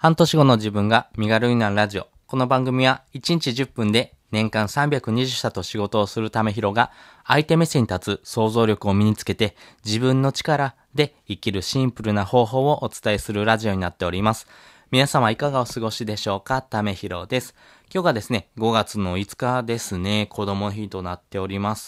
半年後の自分が身軽になるラジオ。この番組は1日10分で年間320社と仕事をするためひろが相手目線に立つ想像力を身につけて自分の力で生きるシンプルな方法をお伝えするラジオになっております。皆様いかがお過ごしでしょうか？ためひろです。今日がですね、5月の5日ですね、子供の日となっております。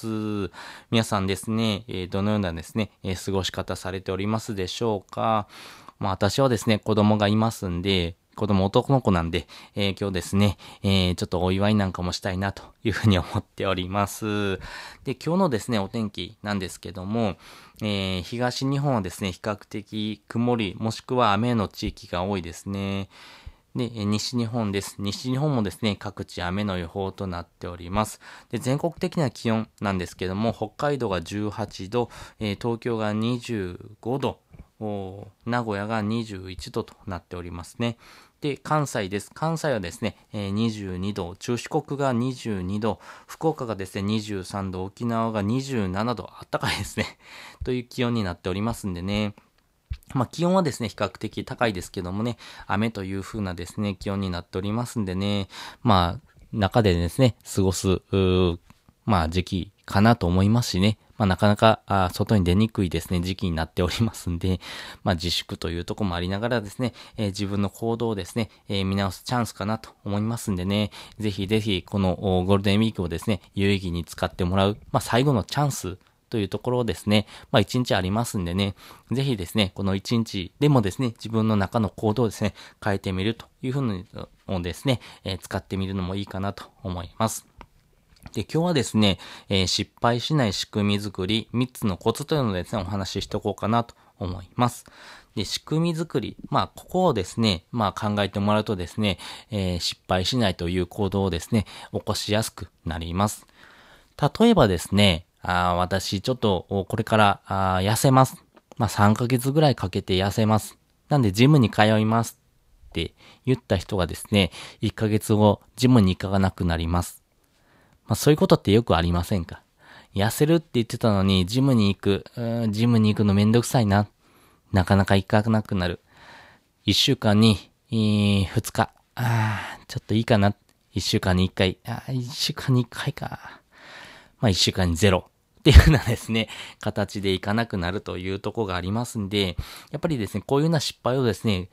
皆さんですね、どのようなですね、過ごし方されておりますでしょうか？私はですね、子供がいますんで、子供男の子なんで、今日ですね、ちょっとお祝いなんかもしたいなというふうに思っております。で、今日のですね、お天気なんですけども、東日本はですね、比較的曇り、もしくは雨の地域が多いですね。で、西日本です。西日本もですね、各地雨の予報となっております。で、全国的な気温なんですけども、北海道が18度、東京が25度、名古屋が21度となっておりますね。で、関西です。関西はですね、22度、中四国が22度、福岡がですね、23度、沖縄が27度、あったかいですね。という気温になっておりますんでね。気温はですね、比較的高いですけどもね、雨という風なですね、気温になっておりますんでね、中でですね、過ごす、時期かなと思いますしね、なかなか、外に出にくいですね、時期になっておりますんで、自粛というところもありながらですね、自分の行動をですね、見直すチャンスかなと思いますんでね、ぜひぜひ、このゴールデンウィークをですね、有意義に使ってもらう、最後のチャンス、というところをですね、一日ありますんでね、ぜひですね、この一日でもですね、自分の中の行動をですね、変えてみるというふうにですね、使ってみるのもいいかなと思います。で、今日はですね、失敗しない仕組み作り3つのコツというのをですね、お話ししておこうかなと思います。で、仕組み作り。ここをですね、考えてもらうとですね、失敗しないという行動をですね、起こしやすくなります。例えばですね、私ちょっとこれから痩せます。3ヶ月ぐらいかけて痩せます。なんでジムに通いますって言った人がですね、1ヶ月後ジムに行かなくなります。そういうことってよくありませんか？痩せるって言ってたのにジムに行くのめんどくさいな。なかなか行かなくなる。1週間に2日。ちょっといいかな。1週間に1回。1週間に1回か。1週間に0っていうようなですね、形でいかなくなるというところがありますんで、やっぱりですね、こういうような失敗をですね、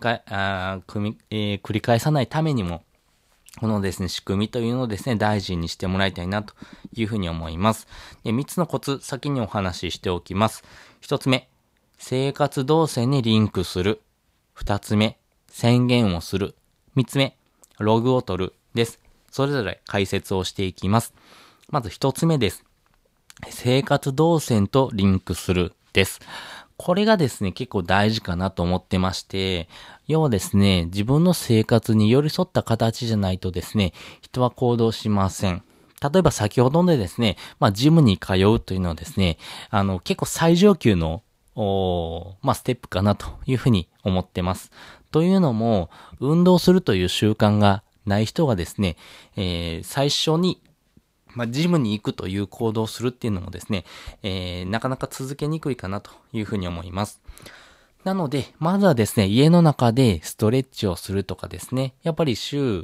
繰り返さないためにも、このですね、仕組みというのをですね、大事にしてもらいたいなというふうに思います。で、3つのコツ、先にお話ししておきます。1つ目、生活動線にリンクする。2つ目、宣言をする。3つ目、ログを取るです。それぞれ解説をしていきます。まず1つ目です。生活動線とリンクするです。これがですね、結構大事かなと思ってまして、要はですね、自分の生活に寄り添った形じゃないとですね、人は行動しません。例えば先ほどでですね、ジムに通うというのはですね、結構最上級の、ステップかなというふうに思ってます。というのも、運動するという習慣がない人がですね、最初にジムに行くという行動をするっていうのもですね、なかなか続けにくいかなというふうに思います。なので、まずはですね、家の中でストレッチをするとかですね、やっぱり週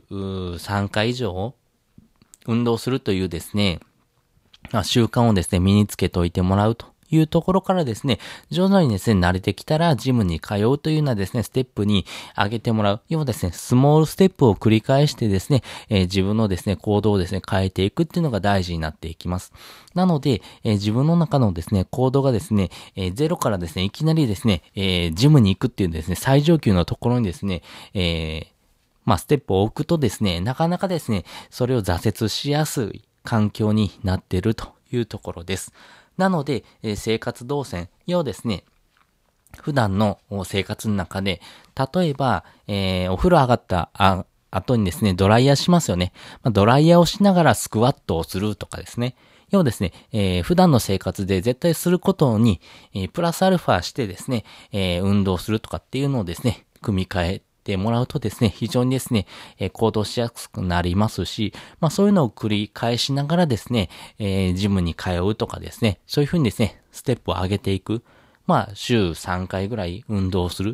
3回以上運動するというですね、習慣をですね、身につけておいてもらうというところからですね、徐々にですね、慣れてきたらジムに通うというようなですね、ステップに上げてもらう。要はですね、スモールステップを繰り返してですね、自分のですね、行動をですね、変えていくっていうのが大事になっていきます。なので、自分の中のですね、行動がですね、ゼロからですね、いきなりですね、ジムに行くっていうですね、最上級のところにですね、ステップを置くとですね、なかなかですね、それを挫折しやすい環境になっているというところです。なので、生活動線要ですね、普段の生活の中で、例えば、お風呂上がった後にですね、ドライヤーしますよね。ドライヤーをしながらスクワットをするとかですね。要はですね、普段の生活で絶対することに、プラスアルファしてですね、運動するとかっていうのをですね、組み替えてもらうとですね、非常にですね、行動しやすくなりますし、そういうのを繰り返しながらですね、ジムに通うとかですね、そういうふうにですね、ステップを上げていく。週3回ぐらい運動する。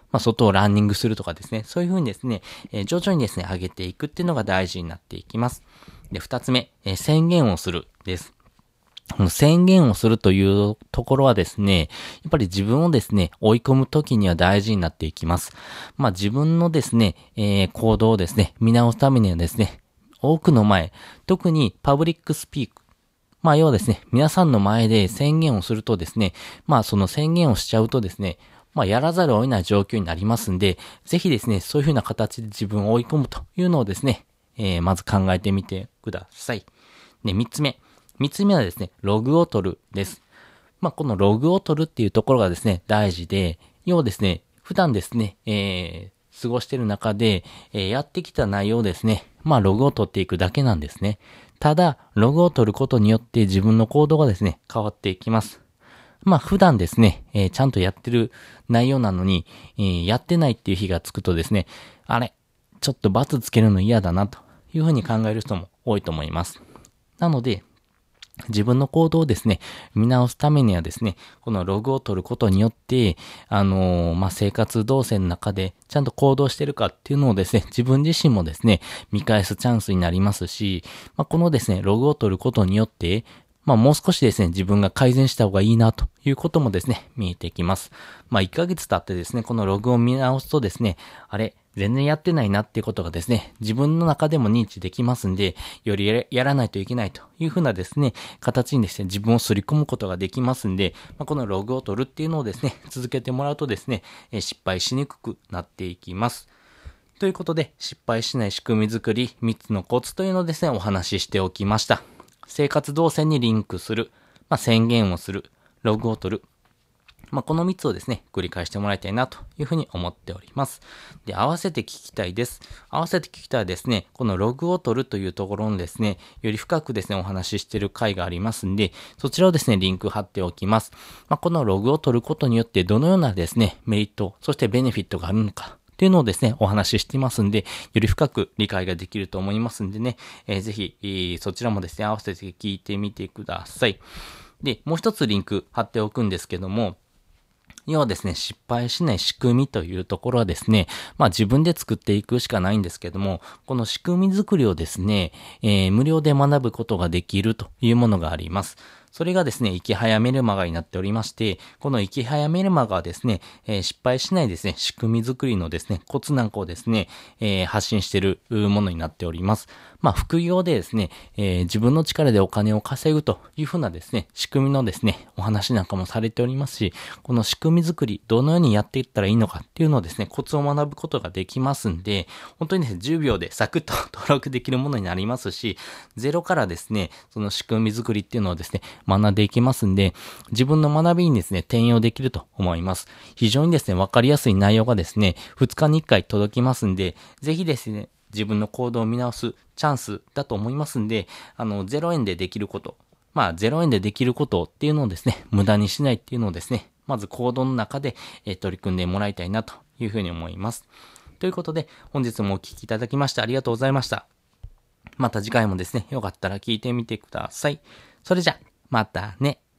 外をランニングするとかですね、そういう風にですね、徐々にですね、上げていくっていうのが大事になっていきます。で、二つ目、宣言をするです。この宣言をするというところはですね、やっぱり自分をですね、追い込むときには大事になっていきます。自分のですね、行動をですね、見直すためにはですね、多くの前、特にパブリックスピーク、要はですね、皆さんの前で宣言をするとですね、その宣言をしちゃうとですね、やらざるを得ない状況になりますんで、ぜひですね、そういう風な形で自分を追い込むというのをですね、まず考えてみてください。で、三つ目はですね、ログを取るです。このログを取るっていうところがですね、大事で、要はですね、普段ですね、過ごしている中で、やってきた内容をですね、ログを取っていくだけなんですね。ただ、ログを取ることによって自分の行動がですね、変わっていきます。普段ですね、ちゃんとやってる内容なのに、やってないっていう日がつくとですね、あれ、ちょっと罰つけるの嫌だなというふうに考える人も多いと思います。なので、自分の行動をですね、見直すためにはですね、このログを取ることによって、生活動線の中でちゃんと行動してるかっていうのをですね、自分自身もですね、見返すチャンスになりますし、このですね、ログを取ることによって、もう少しですね、自分が改善した方がいいなということもですね、見えてきます。1ヶ月経ってですね、このログを見直すとですね、あれ、全然やってないなっていうことがですね、自分の中でも認知できますんで、よりやらないといけないというふうなですね、形にですね、自分をすり込むことができますんで、このログを取るっていうのをですね、続けてもらうとですね、失敗しにくくなっていきます。ということで、失敗しない仕組み作り3つのコツというのをですね、お話ししておきました。生活動線にリンクする、宣言をする、ログを取る、この3つをですね、繰り返してもらいたいなというふうに思っております。で、合わせて聞きたいです。合わせて聞きたいですね、このログを取るというところのですね、より深くですね、お話ししている回がありますんで、そちらをですね、リンク貼っておきます。このログを取ることによってどのようなですね、メリット、そしてベネフィットがあるのか、っていうのをですね、お話ししていますんで、より深く理解ができると思いますんでね、ぜひ、そちらもですね、合わせて聞いてみてください。で、もう一つリンク貼っておくんですけども、要はですね、失敗しない仕組みというところはですね、自分で作っていくしかないんですけども、この仕組み作りをですね、無料で学ぶことができるというものがあります。それがですね、生き早メルマガになっておりまして、この生き早メルマガはですね、失敗しないですね、仕組み作りのですね、コツなんかをですね、発信しているものになっております。副業でですね、自分の力でお金を稼ぐというふうなですね、仕組みのですね、お話なんかもされておりますし、この仕組み作り、どのようにやっていったらいいのかっていうのをですね、コツを学ぶことができますんで、本当にですね、10秒でサクッと登録できるものになりますし、ゼロからですね、その仕組み作りっていうのをですね、学んでいきますんで、自分の学びにですね、転用できると思います。非常にですね、わかりやすい内容がですね、2日に1回届きますんで、ぜひですね、自分の行動を見直すチャンスだと思いますんで、0円でできること、0円でできることっていうのをですね、無駄にしないっていうのをですね、まず行動の中で、取り組んでもらいたいなというふうに思います。ということで、本日もお聞きいただきましてありがとうございました。また次回もですね、よかったら聞いてみてください。それじゃ、またね。